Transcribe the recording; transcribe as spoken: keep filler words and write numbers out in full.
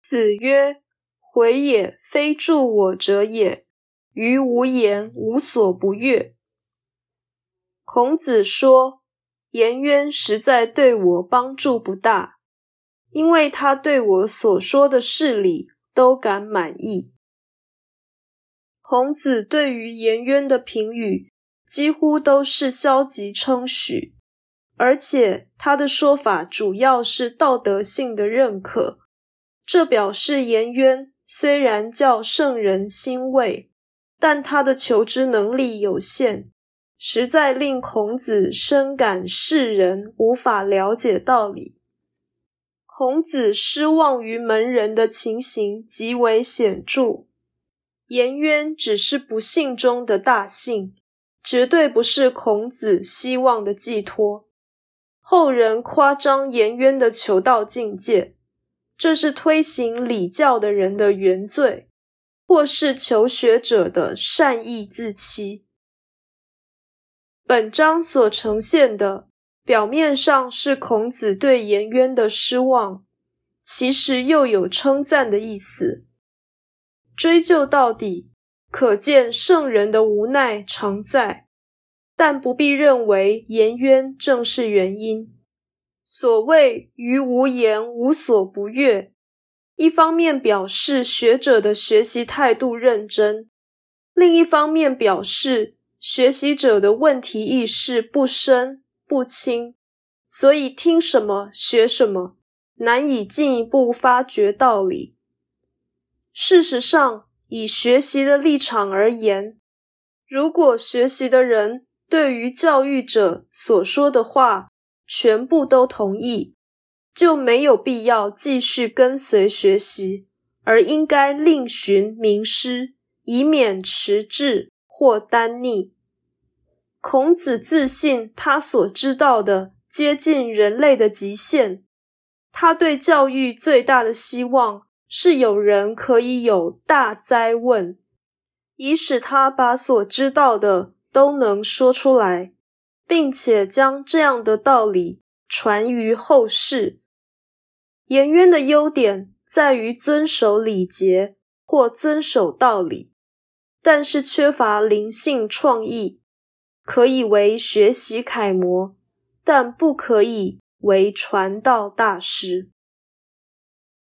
子曰：回也，非助我者也，于无言，无所不悦。孔子说，颜渊实在对我帮助不大，因为他对我所说的事理都感满意。孔子对于颜渊的评语几乎都是消极称许，而且他的说法主要是道德性的认可，这表示颜渊虽然叫圣人欣慰，但他的求知能力有限，实在令孔子深感世人无法了解道理。孔子失望于门人的情形极为显著，颜渊只是不幸中的大幸，绝对不是孔子希望的寄托。后人夸张颜渊的求道境界，这是推行礼教的人的原罪，或是求学者的善意自欺。本章所呈现的，表面上是孔子对颜渊的失望，其实又有称赞的意思。追究到底，可见圣人的无奈常在，但不必认为颜渊正是原因。所谓于无言，无所不悦，一方面表示学者的学习态度认真，另一方面表示学习者的问题意识不深不清，所以听什么学什么，难以进一步发掘道理。事实上，以学习的立场而言，如果学习的人对于教育者所说的话全部都同意，就没有必要继续跟随学习，而应该另寻名师，以免迟滞或耽溺。孔子自信他所知道的接近人类的极限，他对教育最大的希望是有人可以有大哉问，以使他把所知道的都能说出来，并且将这样的道理传于后世。颜渊的优点在于遵守礼节或遵守道理，但是缺乏灵性创意，可以为学习楷模，但不可以为传道大师。